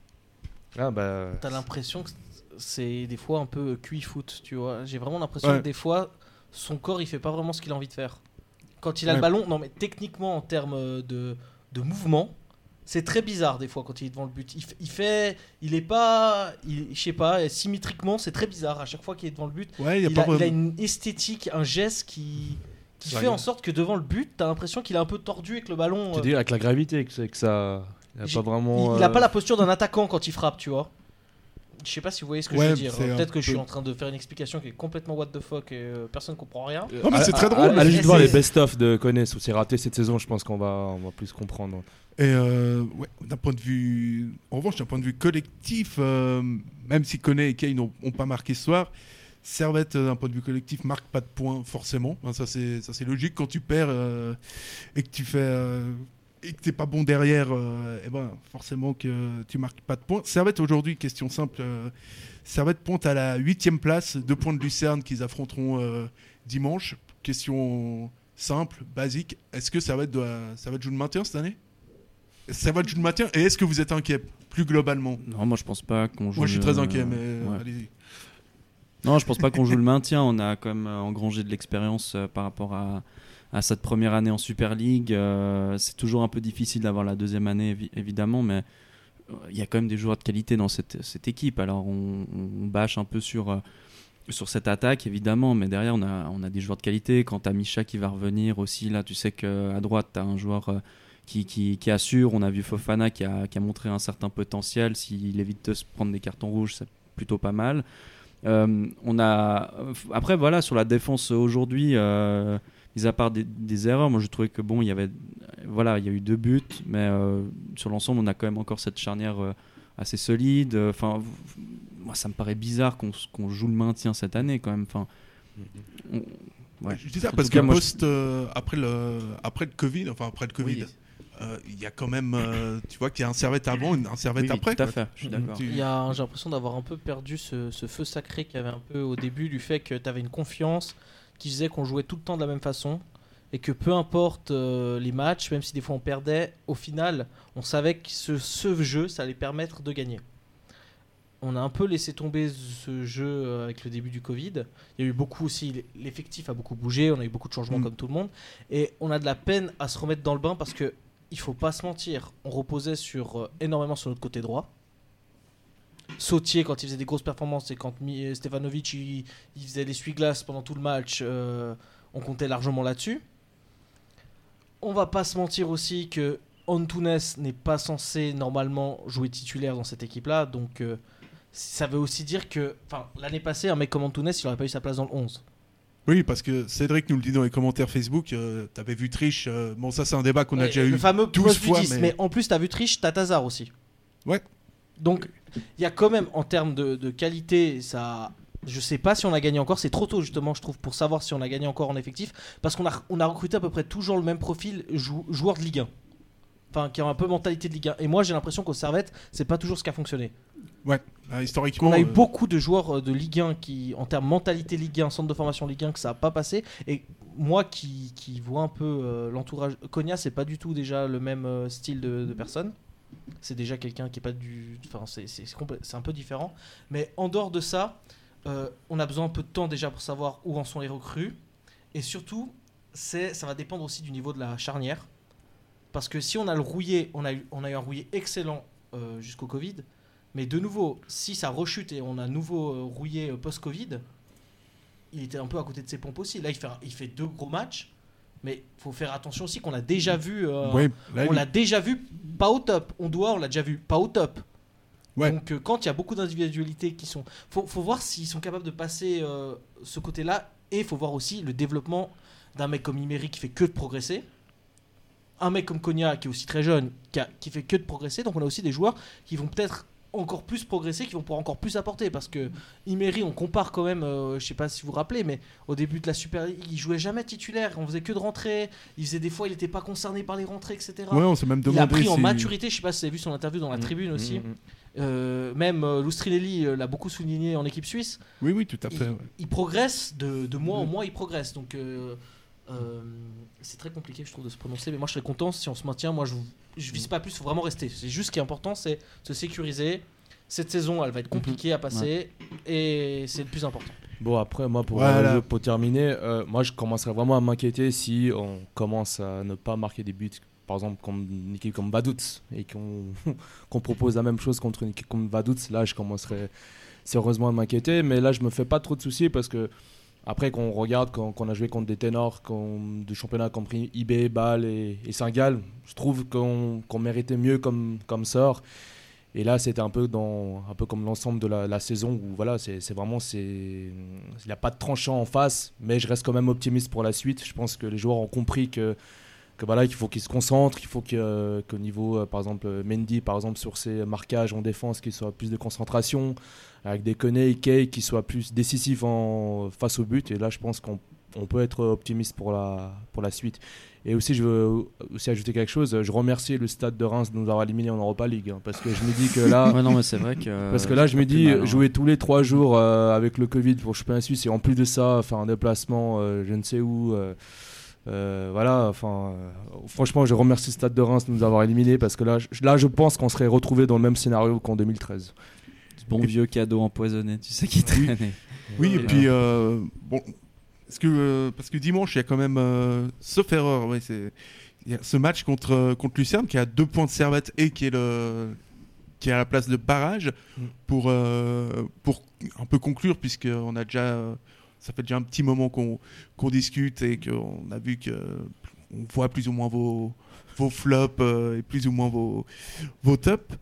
T'as l'impression que c'est des fois un peu QI foot, tu vois. J'ai vraiment l'impression que des fois, son corps il fait pas vraiment ce qu'il a envie de faire. Quand il a le ballon, non mais techniquement en termes de mouvement, c'est très bizarre des fois quand il est devant le but. Je sais pas, symétriquement, c'est très bizarre à chaque fois qu'il est devant le but. Ouais, il a une esthétique, un geste qui fait en sorte que devant le but, t'as l'impression qu'il est un peu tordu avec le ballon. Tu dis avec la gravité que ça. Il a pas la posture d'un attaquant quand il frappe, tu vois. Je sais pas si vous voyez ce que je veux dire. Peut-être que je suis en train de faire une explication qui est complètement what the fuck et personne comprend rien. Non, mais c'est très drôle. Allez juste voir les best-of de Koné, où c'est raté cette saison, je pense qu'on va plus comprendre. Et d'un point de vue, en revanche, d'un point de vue collectif, même si Koné et Kane n'ont pas marqué ce soir, Servette, d'un point de vue collectif, marque pas de points forcément. Ça c'est logique quand tu perds et que tu fais. Et que t'es pas bon derrière, forcément que tu marques pas de points. Servette aujourd'hui, question simple, Servette pointe à la 8e place, 2 points de Lucerne qu'ils affronteront dimanche. Question simple, basique, est-ce que Servette joue le maintien cette année ? Servette joue le maintien, et est-ce que vous êtes inquiet plus globalement ? Non, moi je pense pas qu'on joue. Moi je suis très inquiet, mais allez-y. Non, je pense pas qu'on joue le maintien. On a quand même engrangé de l'expérience par rapport à cette première année en Super League. C'est toujours un peu difficile d'avoir la deuxième année, évidemment, mais il y a quand même des joueurs de qualité dans cette équipe. Alors on bâche un peu sur cette attaque, évidemment, mais derrière on a des joueurs de qualité. Quand tu as Misha qui va revenir aussi, là tu sais qu'à droite tu as un joueur qui assure. On a vu Fofana qui a montré un certain potentiel. S'il évite de se prendre des cartons rouges, c'est plutôt pas mal. Après voilà, sur la défense aujourd'hui, mis à part des erreurs, moi je trouvais que il y a eu 2 buts, mais sur l'ensemble on a quand même encore cette charnière assez solide. Moi ça me paraît bizarre qu'on joue le maintien cette année quand même. Je dis ça parce que après le Covid, oui. Il y a quand même, tu vois qu'il y a un Servette avant, un Servette après. Tout à fait, je suis d'accord. J'ai l'impression d'avoir un peu perdu ce feu sacré qu'il y avait un peu au début, du fait que tu avais une confiance qui disait qu'on jouait tout le temps de la même façon et que peu importe les matchs, même si des fois on perdait, au final, on savait que ce jeu, ça allait permettre de gagner. On a un peu laissé tomber ce jeu avec le début du Covid. Il y a eu beaucoup aussi, l'effectif a beaucoup bougé, on a eu beaucoup de changements comme tout le monde, et on a de la peine à se remettre dans le bain parce que il faut pas se mentir, on reposait énormément sur notre côté droit. Sautier quand il faisait des grosses performances et quand Stefanovic il faisait l'essuie-glace pendant tout le match, on comptait largement là-dessus. On va pas se mentir aussi que Antunes n'est pas censé normalement jouer titulaire dans cette équipe-là, donc ça veut aussi dire que l'année passée, un mec comme Antunes, il n'aurait pas eu sa place dans le 11. Oui, parce que Cédric nous le dit dans les commentaires Facebook, t'avais vu Triche, ça c'est un débat qu'on a déjà eu le fameux 12 fois. 10, mais en plus t'as vu Triche, t'as Tazar aussi. Ouais. Donc il y a quand même en termes de qualité, ça, je sais pas si on a gagné encore, c'est trop tôt justement je trouve pour savoir si on a gagné encore en effectif, parce qu'on a recruté à peu près toujours le même profil joueur de Ligue 1. Qui a un peu mentalité de Ligue 1. Et moi j'ai l'impression qu'au Servette, c'est pas toujours ce qui a fonctionné. Ouais, historiquement. On a eu beaucoup de joueurs de Ligue 1 qui, en termes mentalité Ligue 1, centre de formation Ligue 1, que ça n'a pas passé. Et moi qui vois un peu l'entourage. Konya, c'est pas du tout déjà le même style de personne. C'est déjà quelqu'un qui est pas du. C'est un peu différent. Mais en dehors de ça, on a besoin un peu de temps déjà pour savoir où en sont les recrues. Et surtout, ça va dépendre aussi du niveau de la charnière. Parce que si on a le rouillé, on a eu un rouillé excellent jusqu'au Covid. Mais de nouveau, si ça rechute et on a nouveau rouillé post-Covid, il était un peu à côté de ses pompes aussi. Là, il fait 2 gros matchs, mais il faut faire attention aussi qu'on l'a déjà vu. L'a déjà vu pas au top. On l'a déjà vu pas au top. Ouais. Donc quand il y a beaucoup d'individualités qui sont... Faut voir s'ils sont capables de passer ce côté-là. Et il faut voir aussi le développement d'un mec comme Imery qui fait que de progresser. Un mec comme Konya qui est aussi très jeune, qui fait que de progresser. Donc on a aussi des joueurs qui vont peut-être encore plus progresser, qui vont pouvoir encore plus apporter, parce que Imery, on compare quand même, je sais pas si vous vous rappelez, mais au début de la Super League, il jouait jamais titulaire, on faisait que de rentrées, il faisait des fois, il était pas concerné par les rentrées, etc. Ouais, on s'est même demandé. Il a pris en maturité, je sais pas si vous avez vu son interview dans la tribune aussi. Même Lustrinelli l'a beaucoup souligné en équipe suisse. Oui, tout à fait. Il progresse de mois en mois, il progresse. Donc c'est très compliqué, je trouve, de se prononcer, mais moi je serais content si on se maintient. Moi je vise pas plus, il faut vraiment rester. C'est juste ce qui est important, c'est se sécuriser. Cette saison, elle va être compliquée à passer et c'est le plus important. Bon, après, moi, pour terminer, moi je commencerai vraiment à m'inquiéter si on commence à ne pas marquer des buts par exemple contre une équipe comme Vaduz et qu'on propose la même chose contre une équipe comme Vaduz, là je commencerai sérieusement à m'inquiéter. Mais là je me fais pas trop de soucis parce que après quand on regarde, quand on a joué contre des ténors de championnats comme IB, Bâle et Saint-Gall, je trouve qu'on méritait mieux comme sort. Et là, c'était un peu comme l'ensemble de la saison où voilà, il n'y a pas de tranchant en face, mais je reste quand même optimiste pour la suite. Je pense que les joueurs ont compris que voilà, qu'il faut qu'ils se concentrent, qu'il faut qu'au niveau, par exemple, Mendy, par exemple, sur ses marquages en défense, qu'il soit plus de concentration, avec des Koné et Kay qui soient plus décisifs face au but. Et là, je pense qu'on peut être optimiste pour la suite. Et aussi, je veux aussi ajouter quelque chose. Je remercie le Stade de Reims de nous avoir éliminés en Europa League. Parce que je me dis que là. Ouais, non, mais c'est vrai que. Parce que là, je me dis, jouer tous les 3 jours avec le Covid pour le championnat suisse et en plus de ça, faire un déplacement, je ne sais où. Voilà, franchement, je remercie le Stade de Reims de nous avoir éliminés parce que là, je pense qu'on serait retrouvés dans le même scénario qu'en 2013. Bon vieux cadeau empoisonné, tu sais qui traînait. Oui, et puis, bon. Parce que dimanche, il y a quand même, sauf erreur, il y a ce match contre Lucerne qui a 2 points de Servette et qui est à la place de barrage pour un peu conclure, puisque ça fait déjà un petit moment qu'on discute et qu'on a vu qu'on voit plus ou moins vos flops et plus ou moins vos tops.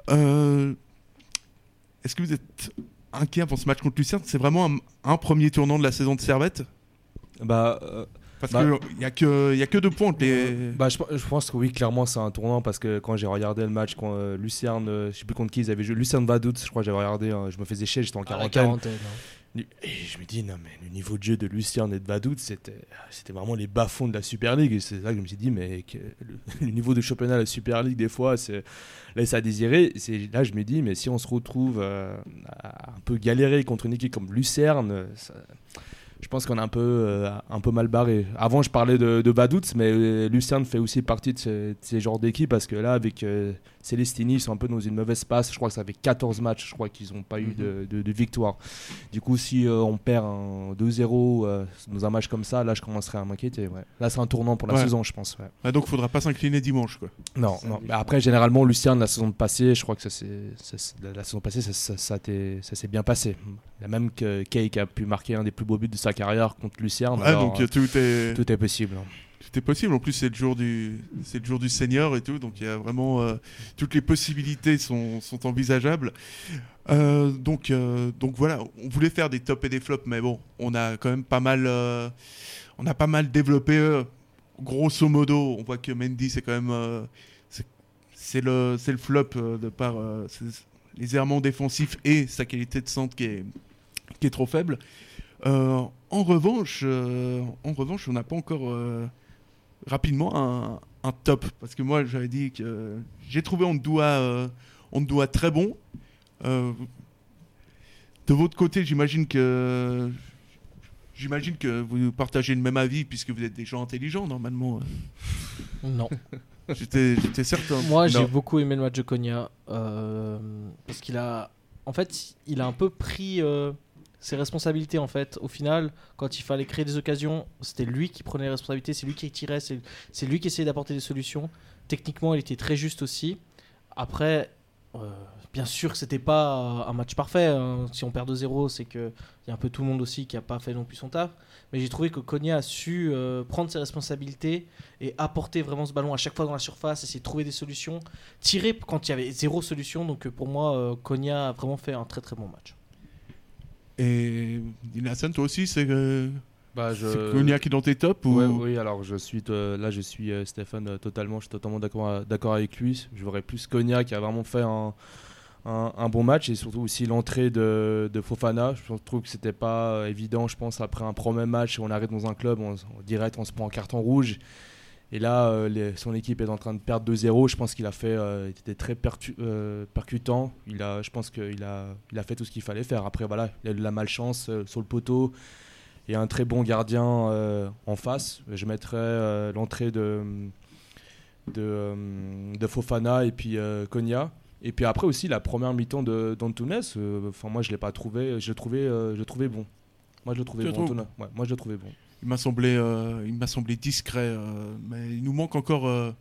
Est-ce que vous êtes inquiet pour ce match contre Lucerne? C'est vraiment un premier tournant de la saison de Servette? Parce qu'il n'y a que 2 points. Je pense que oui, clairement, c'est un tournant parce que quand j'ai regardé le match contre Lucerne, je ne sais plus contre qui ils avaient joué, Lucerne Vaduz, je crois que j'avais regardé, je me faisais chier, j'étais en quarantaine. Et je me dis, non, mais le niveau de jeu de Lucerne et de Vaduz, c'était vraiment les bas-fonds de la Super League. Et c'est là que je me suis dit, mais le niveau de championnat de la Super League, des fois, laisse à désirer. Là, je me dis, mais si on se retrouve à un peu galérer contre une équipe comme Lucerne, je pense qu'on est un peu mal barré. Avant, je parlais de Vaduz, mais Lucerne fait aussi partie de ces genres d'équipes parce que là, avec Célestini, ils sont un peu dans une mauvaise passe. Je crois que ça fait 14 matchs, je crois qu'ils n'ont pas eu de victoire. Du coup, si on perd un 2-0 dans un match comme ça, là, je commencerai à m'inquiéter. Ouais. Là, c'est un tournant pour la saison, je pense. Ouais. Donc, il ne faudra pas s'incliner dimanche, quoi. Non. Mais après, généralement, Lucerne, la saison passée, je crois que la saison passée, ça s'est bien passé. Il y a même Kay qui a pu marquer un des plus beaux buts de sa carrière contre Lucerne. Ouais, alors, donc tout est possible. Tout est possible. En plus, c'est le jour du senior et tout, donc il y a vraiment toutes les possibilités sont envisageables. Donc voilà, on voulait faire des tops et des flops, mais bon, on a quand même pas mal développé. Grosso modo, on voit que Mendy, c'est quand même c'est le flop de par les errements défensifs et sa qualité de centre qui est trop faible. En revanche, on n'a pas encore rapidement un top, parce que moi j'avais dit que j'ai trouvé Ondoa très bon. De votre côté, j'imagine que vous partagez le même avis puisque vous êtes des gens intelligents normalement. Non. J'étais certain. Moi, j'ai beaucoup aimé le match de Konya parce qu'il a un peu pris ses responsabilités en fait. Au final, quand il fallait créer des occasions, c'était lui qui prenait les responsabilités, c'est lui qui tirait, c'est lui qui essayait d'apporter des solutions. Techniquement, il était très juste aussi. Après, bien sûr que c'était pas un match parfait. Hein. Si on perd 2-0, c'est qu'il y a un peu tout le monde aussi qui n'a pas fait non plus son taf. Mais j'ai trouvé que Konya a su prendre ses responsabilités et apporter vraiment ce ballon à chaque fois dans la surface, essayer de trouver des solutions, tirer quand il y avait 0 solution. Donc pour moi, Konya a vraiment fait un très très bon match. Et Hassan, toi aussi, c'est Konya qui est dans tes tops ou... Oui, alors je suis Stéphane totalement, je suis totalement d'accord avec lui. Je verrais plus Konya qui a vraiment fait un bon match et surtout aussi l'entrée de Fofana. Je trouve que c'était pas évident, je pense, après un premier match, on arrive dans un club, on se prend un carton rouge. Et là, son équipe est en train de perdre 2-0. Je pense qu'il a fait, il était très percutant. Je pense qu'il a fait tout ce qu'il fallait faire. Après, voilà, il a eu de la malchance sur le poteau. Il y a un très bon gardien en face. Je mettrais l'entrée de Fofana et puis Konya. Et puis après aussi la première mi-temps d'Antunes. Moi, je l'ai pas trouvé. Je le trouvais bon. Moi, je le trouvais bon. Moi, je le trouvais bon. Il m'a semblé discret, mais il nous manque encore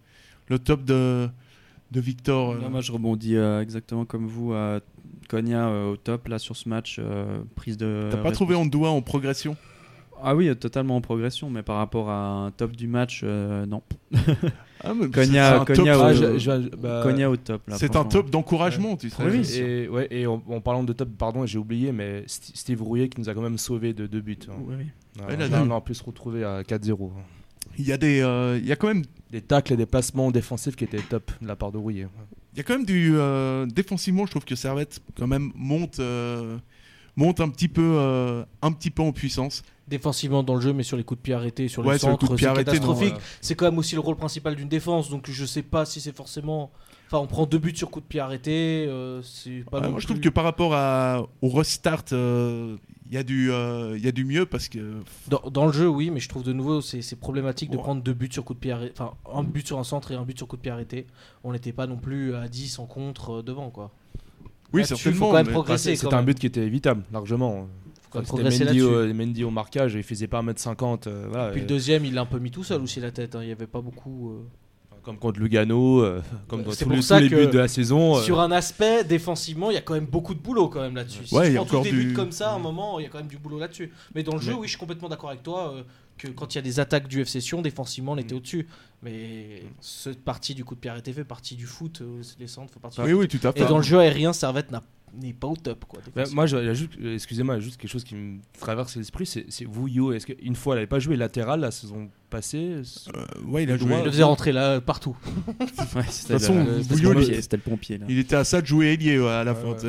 le top de Victor. Moi je rebondis exactement comme vous. Konya au top là sur ce match, prise de. T'as pas trouvé Andoua en progression? Ah oui, totalement en progression, mais par rapport à un top du match, non. Konya au top. Là, c'est un top d'encouragement, tu sais. Oui, et en parlant de top, pardon, j'ai oublié, mais Steve Rouillet qui nous a quand même sauvé de 2 buts. Oui. On a pu se retrouver à 4-0. Il y a quand même des tacles et des placements défensifs qui étaient top de la part de Rouillet. Il y a quand même défensivement, je trouve que Servette quand même monte un petit peu en puissance. Défensivement dans le jeu, mais sur les coups de pied arrêtés, sur le centre, c'est catastrophique. C'est quand même aussi le rôle principal d'une défense, donc je sais pas si c'est forcément... Enfin, on prend 2 buts sur coups de pied arrêtés, c'est pas moi je trouve que par rapport au restart, il y a du mieux parce que... Dans le jeu, oui, mais je trouve de nouveau c'est problématique de prendre 2 buts sur coup de pied arrêté. Enfin, un but sur un centre et un but sur coup de pied arrêté. On n'était pas non plus à 10 en contre devant, quoi. Oui, certainement. Il faut quand même progresser. C'était un but qui était évitable, largement. C'était Mendy au marquage, il faisait pas 1m50. Puis le deuxième, il l'a un peu mis tout seul aussi la tête. Il n'y avait pas beaucoup... Comme contre Lugano, comme dans tous les buts de la saison. Sur un aspect, défensivement, il y a quand même beaucoup de boulot quand même là-dessus. Si tu prends tous tes buts comme ça, à un moment, il y a quand même du boulot là-dessus. Mais dans le jeu, oui, je suis complètement d'accord avec toi que quand il y a des attaques du FC Sion, défensivement, on était au-dessus. Mais cette partie du coup de pied arrêté fait partie du foot, les centres font partie du foot. Oui, tout à fait. Et dans le jeu aérien, Servette n'est pas au top, quoi. Moi, excusez-moi, juste quelque chose qui me traverse l'esprit, c'est Vouillot. Est-ce qu'une fois, il n'avait pas joué latéral la saison passée? Ouais, il a joué. Il le faisait rentrer là partout. C'était le pompier. Là. Il était à ça de jouer ailier à la fin.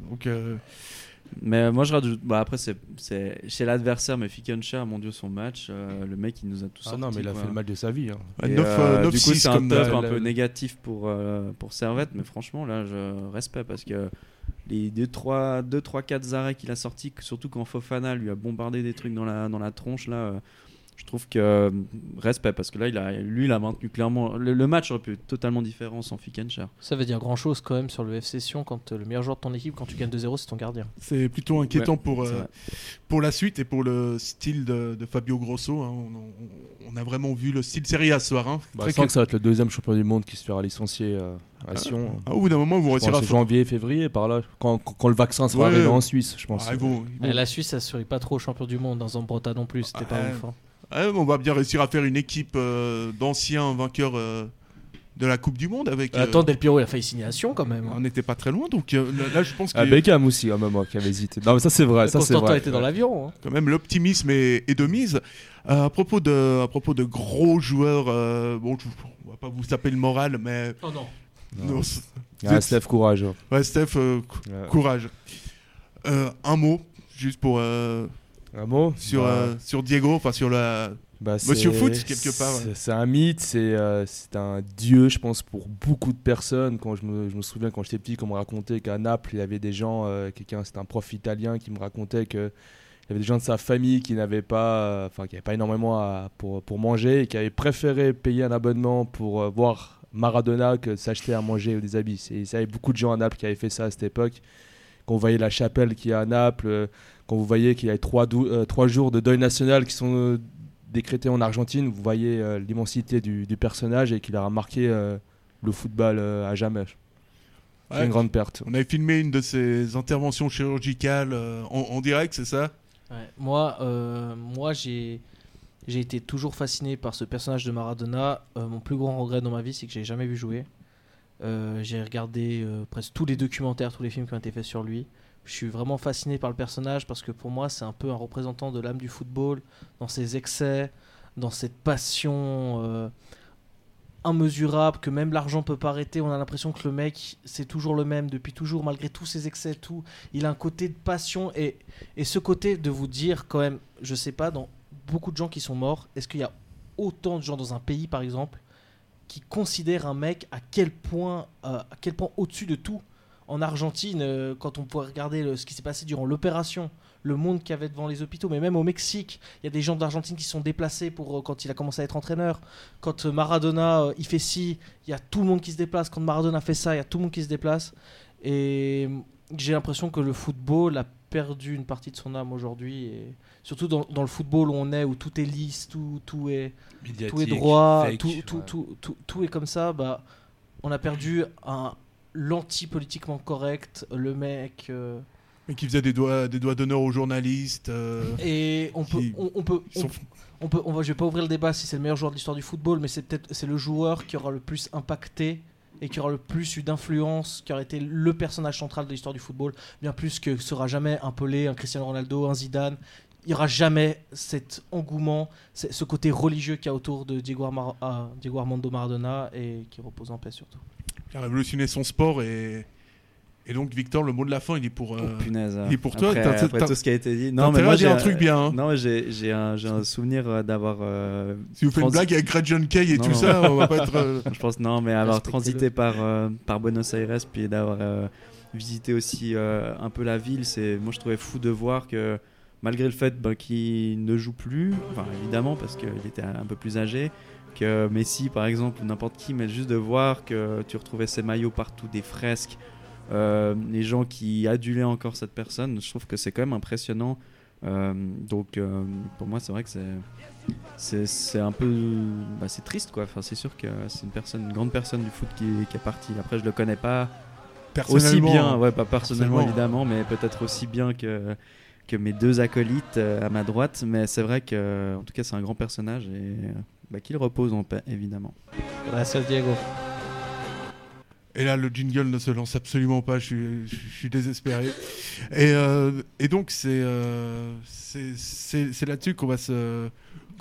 Mais moi je rajoute, après c'est chez l'adversaire, mais Fickenshire, mon Dieu, son match, le mec il nous a tous sortis. Non, mais il a fait le match de sa vie. Du coup c'est un top un peu négatif pour Servette, mais franchement là je respecte parce que les 2-3-4 arrêts qu'il a sortis, surtout quand Fofana lui a bombardé des trucs dans la tronche là. Je trouve que respect parce que là il a maintenu clairement le match aurait pu être totalement différent sans Fickenshire. Ça veut dire grand chose quand même sur le FC Sion quand le meilleur joueur de ton équipe quand tu gagnes 2-0 c'est ton gardien. C'est plutôt inquiétant pour la suite et pour le style de Fabio Grosso. On a vraiment vu le style Serie A ce soir. Je sens que ça va être le deuxième champion du monde qui se fera licencier à Sion. Au bout d'un moment vous réussirez à janvier, février par là quand le vaccin sera arrivé en Suisse, je pense. La Suisse ça serait pas trop champion du monde dans Zambrotta non plus, c'était pas ouf. On va bien réussir à faire une équipe d'anciens vainqueurs de la Coupe du Monde avec. Attends, Del Piero il a failli signer à Sion quand même. On n'était pas très loin donc là je pense que. Beckham aussi quand même qui avait hésité. Non mais ça c'est vrai. Constantin était dans l'avion. Quand même l'optimisme est de mise. À propos de gros joueurs, on va pas vous taper le moral mais. Oh non. Steph courage. Ouais Steph courage. Un mot juste pour. Un mot sur Diego, enfin sur la Monsieur Foot quelque part. C'est un mythe, c'est un dieu, je pense, pour beaucoup de personnes. Quand je me souviens quand j'étais petit, qu'on me racontait qu'à Naples, il y avait des gens, c'était un prof italien qui me racontait qu'il y avait des gens de sa famille qui n'avaient pas, qui n'avaient pas énormément pour manger et qui avaient préféré payer un abonnement pour voir Maradona que s'acheter à manger ou des habits. Il y avait beaucoup de gens à Naples qui avaient fait ça à cette époque. Quand vous voyez la chapelle qu'il y a à Naples, quand vous voyez qu'il y a 3 jours de deuil national qui sont décrétés en Argentine, vous voyez l'immensité du personnage et qu'il a marqué le football à jamais. C'est une grande perte. On avait filmé une de ses interventions chirurgicales en direct, c'est ça ? Moi j'ai été toujours fasciné par ce personnage de Maradona. Mon plus grand regret dans ma vie, c'est que je l'ai jamais vu jouer. J'ai regardé presque tous les documentaires, tous les films qui ont été faits sur lui. Je suis vraiment fasciné par le personnage parce que pour moi c'est un peu un représentant de l'âme du football, dans ses excès, dans cette passion immesurable que même l'argent peut pas arrêter. On a l'impression que le mec c'est toujours le même depuis toujours malgré tous ses excès, tout. Il a un côté de passion et ce côté de vous dire quand même, je sais pas, dans beaucoup de gens qui sont morts, est-ce qu'il y a autant de gens dans un pays par exemple qui considèrent un mec à quel point au-dessus de tout. En Argentine, quand on pouvait regarder ce qui s'est passé durant l'opération, le monde qu'il y avait devant les hôpitaux, mais même au Mexique, il y a des gens d'Argentine qui se sont déplacés quand il a commencé à être entraîneur. Quand Maradona, il fait ci, il y a tout le monde qui se déplace. Quand Maradona fait ça, il y a tout le monde qui se déplace. Et j'ai l'impression que le football a perdu une partie de son âme aujourd'hui, et surtout dans le football où on est, où tout est lisse, tout est droit, fake, tout est comme ça. Bah, on a perdu l'anti-politiquement correct, le mec. Et qui faisait des doigts d'honneur aux journalistes. Et je vais pas ouvrir le débat si c'est le meilleur joueur de l'histoire du football, mais c'est le joueur qui aura le plus impacté et qui aura le plus eu d'influence, qui aura été le personnage central de l'histoire du football, bien plus que sera jamais un Pelé, un Cristiano Ronaldo, un Zidane. Il n'y aura jamais cet engouement, ce côté religieux qu'il y a autour de Diego Armando Maradona, et qui repose en paix surtout. Il a révolutionné son sport, et donc Victor, le mot de la fin, il est pour il est pour toi. Après tout ce qui a été dit. Non, mais moi j'ai un truc bien. Hein. Non, j'ai un souvenir d'avoir. Si vous faites une blague avec Greg John Kay et tout ça, on va pas être. Je pense non, mais avoir transité par Buenos Aires, puis d'avoir visité aussi un peu la ville, moi je trouvais fou de voir que malgré le fait qu'il ne joue plus, enfin évidemment parce qu'il était un peu plus âgé, que Messi par exemple ou n'importe qui, mais juste de voir que tu retrouvais ses maillots partout, des fresques. Les gens qui adulaient encore cette personne, je trouve que c'est quand même impressionnant. Donc pour moi c'est vrai que c'est un peu c'est triste quoi. Enfin, c'est sûr que c'est une grande personne du foot qui est partie. Après je le connais pas aussi bien, pas personnellement évidemment, mais peut-être aussi bien que mes deux acolytes à ma droite. Mais c'est vrai que en tout cas c'est un grand personnage, et qu'il repose en paix évidemment. Gracias Diego. Et là, le jingle ne se lance absolument pas, je suis désespéré. Et donc, c'est là-dessus qu'on va se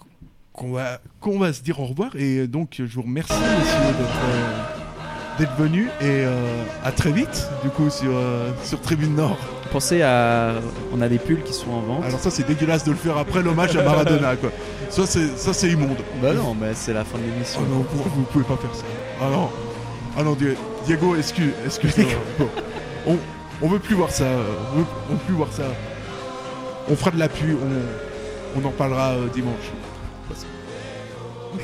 dire au revoir. Et donc, je vous remercie, messieurs, d'être venus. Et à très vite, du coup, sur Tribune Nord. Pensez on a des pulls qui sont en vente. Alors ça, c'est dégueulasse de le faire après l'hommage à Maradona, quoi. Ça, c'est immonde. Bah non, mais c'est la fin de l'émission. Oh non, vous pouvez pas faire ça. Ah non, Diego, excuse-moi. Bon, on veut plus voir ça. On veut plus voir ça. On fera de la pub, on en parlera dimanche. Mais quoi ?